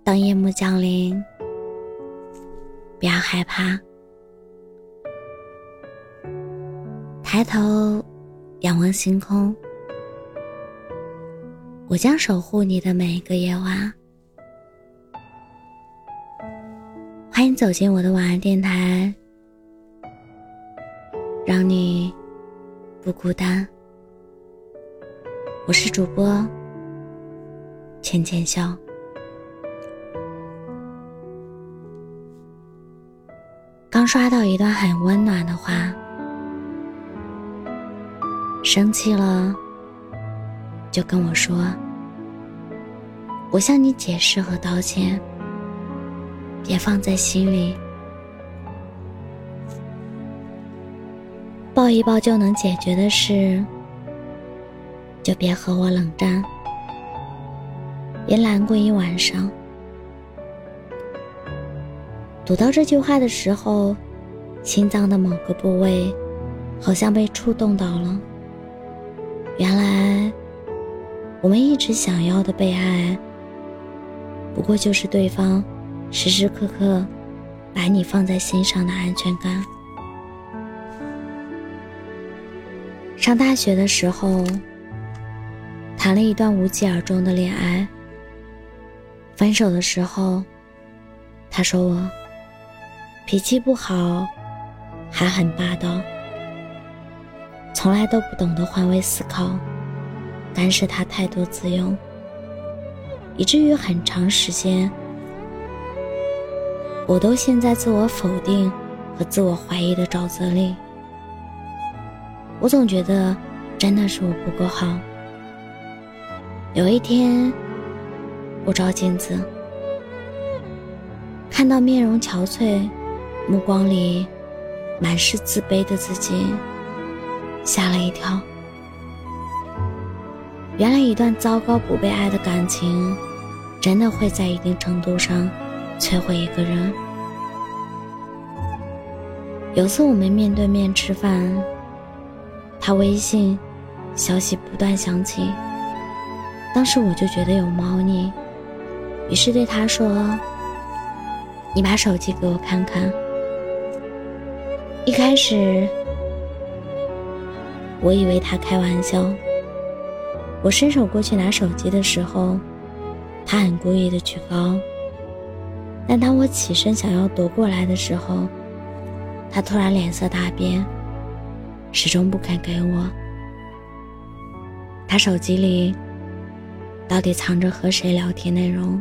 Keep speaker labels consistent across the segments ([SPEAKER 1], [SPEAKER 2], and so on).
[SPEAKER 1] 当夜幕降临，不要害怕，抬头仰望星空，我将守护你的每一个夜晚。欢迎走进我的晚安电台，让你不孤单。我是主播浅浅笑。刚刷到一段很温暖的话，生气了就跟我说，我向你解释和道歉，别放在心里，抱一抱就能解决的事，就别和我冷战，别难过一晚上。读到这句话的时候，心脏的某个部位好像被触动到了。原来我们一直想要的被爱，不过就是对方时时刻刻把你放在心上的安全感。上大学的时候，谈了一段无疾而终的恋爱。分手的时候，他说我脾气不好，还很霸道，从来都不懂得换位思考，干涉他太多自由，以至于很长时间我都陷在自我否定和自我怀疑的沼泽里。我总觉得真的是我不够好。有一天我照镜子，看到面容憔悴，目光里满是自卑的自己，吓了一跳。原来一段糟糕不被爱的感情，真的会在一定程度上摧毁一个人。有次我们面对面吃饭，他微信消息不断响起，当时我就觉得有猫腻，于是对他说，你把手机给我看看。一开始我以为他开玩笑，我伸手过去拿手机的时候，他很故意的举高，但当我起身想要夺过来的时候，他突然脸色大变，始终不肯给我。他手机里到底藏着和谁聊天内容，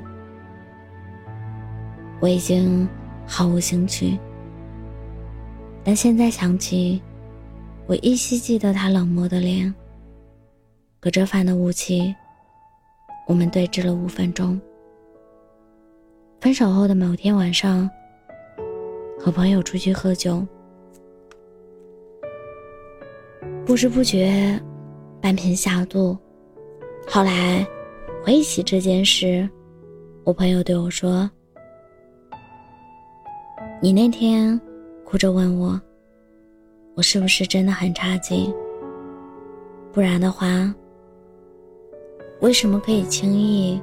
[SPEAKER 1] 我已经毫无兴趣。但现在想起，我依稀记得他冷漠的脸，隔着饭的雾气，我们对峙了5分钟。分手后的某天晚上，和朋友出去喝酒，不知不觉半瓶下肚。后来回忆起这件事，我朋友对我说，你那天哭着问我是不是真的很差劲，不然的话为什么可以轻易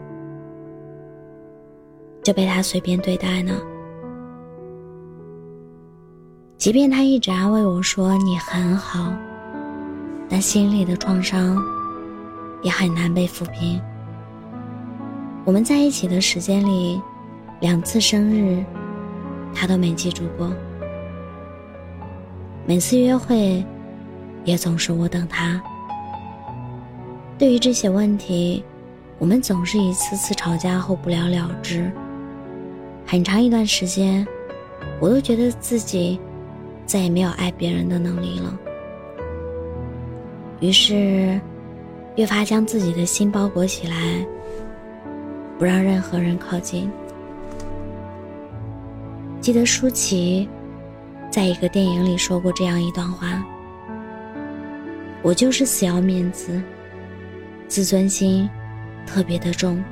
[SPEAKER 1] 就被他随便对待呢？即便他一直安慰我说你很好，但心里的创伤也很难被抚平。我们在一起的时间里，2次生日他都没记住过，每次约会也总是我等他。对于这些问题，我们总是一次次吵架后不了了之。很长一段时间，我都觉得自己再也没有爱别人的能力了，于是越发将自己的心包裹起来，不让任何人靠近。记得舒淇在一个电影里说过这样一段话，我就是死要面子，自尊心特别的重，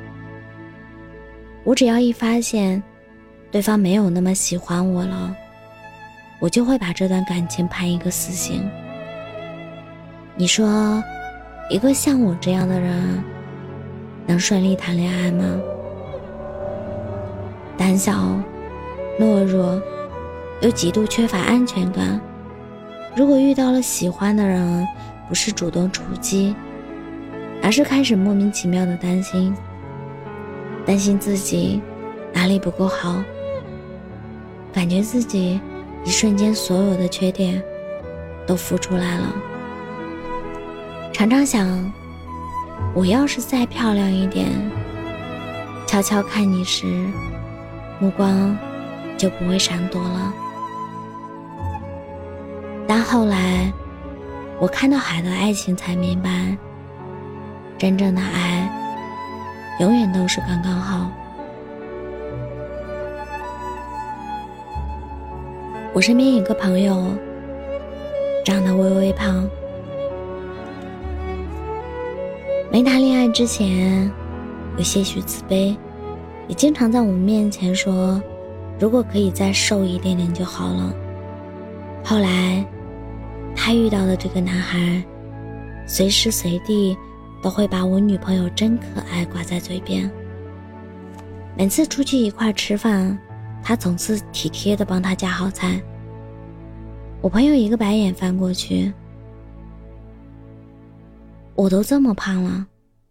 [SPEAKER 1] 我只要一发现对方没有那么喜欢我了，我就会把这段感情判一个死刑。你说一个像我这样的人能顺利谈恋爱吗？ 胆小、懦弱，又极度缺乏安全感。如果遇到了喜欢的人，不是主动出击，而是开始莫名其妙的担心自己哪里不够好，感觉自己一瞬间所有的缺点都浮出来了。常常想，我要是再漂亮一点，悄悄看你时，目光就不会闪躲了。但后来我看到海的爱情，才明白，真正的爱永远都是刚刚好。我身边有个朋友长得微微胖，没谈恋爱之前有些许自卑，也经常在我们面前说如果可以再瘦一点点就好了。后来他遇到的这个男孩，随时随地都会把我女朋友真可爱挂在嘴边。每次出去一块吃饭，他总是体贴地帮他夹好菜。我朋友一个白眼翻过去，我都这么胖了。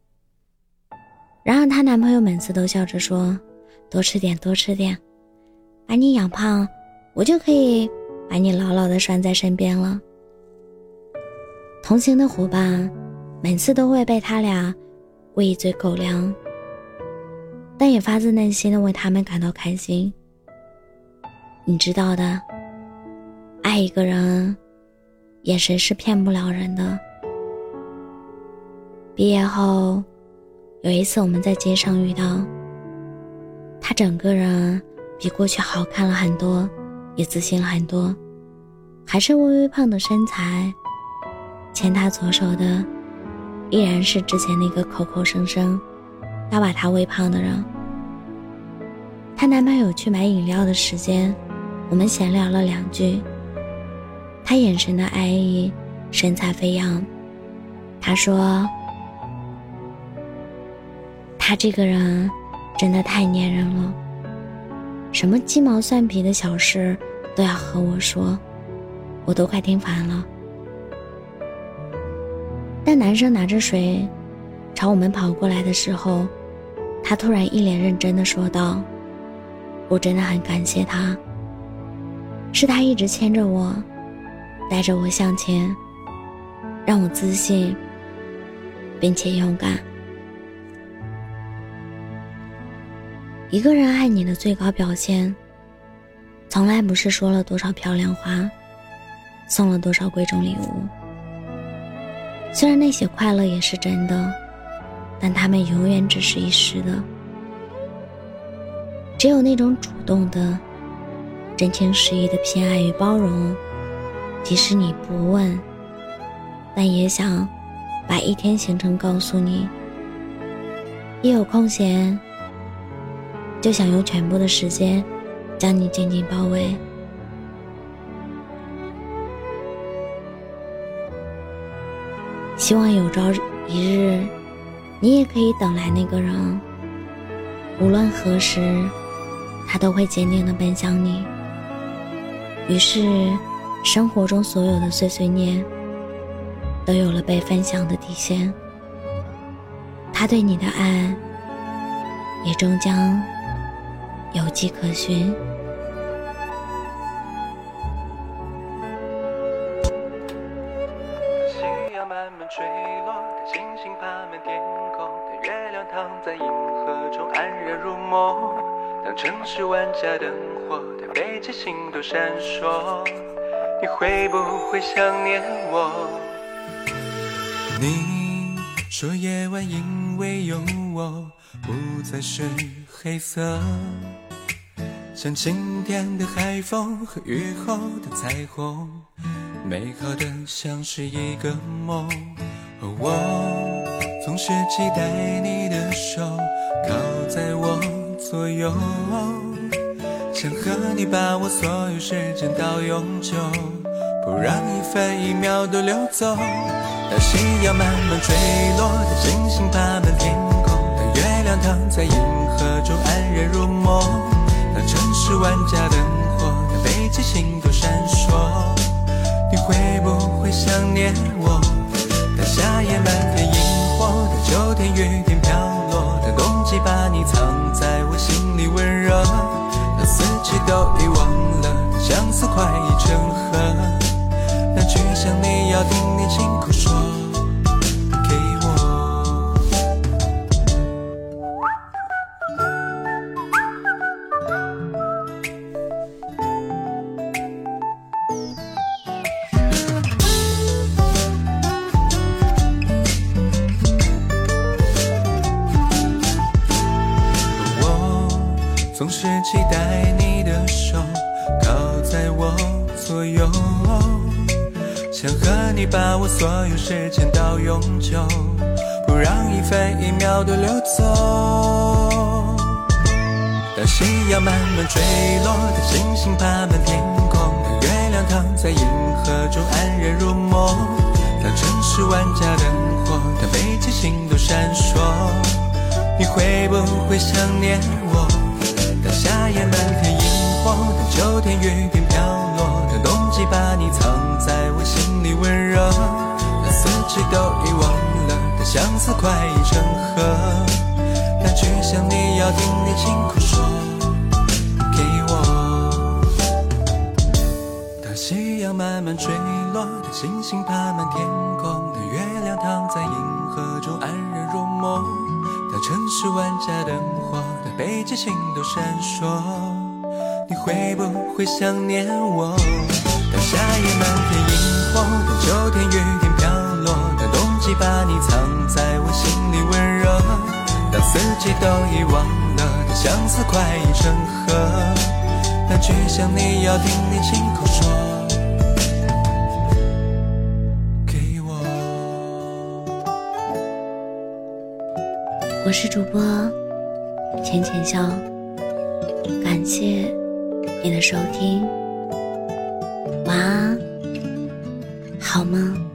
[SPEAKER 1] 然而她男朋友每次都笑着说，多吃点多吃点，把你养胖，我就可以把你牢牢地拴在身边了。同行的伙伴每次都会被他俩喂一嘴狗粮，但也发自内心地为他们感到开心。你知道的，爱一个人眼神是骗不了人的。毕业后有一次我们在街上遇到他，整个人比过去好看了很多，也自信了很多，还是微微胖的身材，牵他左手的依然是之前那个口口声声要把他喂胖的人。她男朋友去买饮料的时间，我们闲聊了2句，他眼神的爱意，神采飞扬。他说他这个人真的太粘人了，什么鸡毛蒜皮的小事都要和我说，我都快听烦了。但男生拿着水朝我们跑过来的时候，他突然一脸认真地说道，我真的很感谢他，是他一直牵着我，带着我向前，让我自信并且勇敢。一个人爱你的最高表现，从来不是说了多少漂亮话，送了多少贵重礼物。虽然那些快乐也是真的，但他们永远只是一时的。只有那种主动的、真情实意的偏爱与包容，即使你不问，但也想把一天行程告诉你。一有空闲，就想用全部的时间将你紧紧包围。希望有朝一日，你也可以等来那个人，无论何时，他都会坚定地奔向你。于是，生活中所有的碎碎念，都有了被分享的底线。他对你的爱，也终将有迹可循。
[SPEAKER 2] 夕阳慢慢坠落，当星星爬满天空，当月亮躺在银河中安然入梦，当城市万家灯火，当北极星都闪烁，你会不会想念我？你说夜晚因为有我不再是黑色，像晴天的海风和雨后的彩虹，美好的像是一个梦。我总是期待你的手靠在我左右，想和你把握所有时间到永久，不让一分一秒都溜走。当夕阳慢慢坠落，当星星爬满天空，当月亮躺在银河中安然入梦， 市万家灯火的北极星都闪烁，你会不会想念我？当夏夜满天萤火，当秋天雨点飘落，当冬季把你藏在我心里温热，当四季都遗忘了，当相思快已成河，那句想你要听你亲口说给我。总是期待你的手靠在我左右，想和你把我所有时间都永久，不让一分一秒都流走。当夕阳慢慢坠落，当星星爬满天空，当月亮躺在银河中安然入梦，当城市万家灯火，当北极星都闪烁，你会不会想念我？当夏夜满天萤火，当秋天雨点飘落，当冬季把你藏在我心里温热，当四季都遗忘了，当相思快已成河，那句想你要听你亲口说给我。当夕阳慢慢坠落，当星星爬满天空，当月亮躺在银河中安然入梦，当城市万家灯火，当北极星都闪烁，你会不会想念我？当夏夜满天萤火，当秋天雨点飘落，当冬季把你藏在我心里温热，当四季都遗忘了，当相思快已成河，那句想你要听你亲口说给我。
[SPEAKER 1] 我是主播浅浅笑，感谢你的收听，晚安，好梦。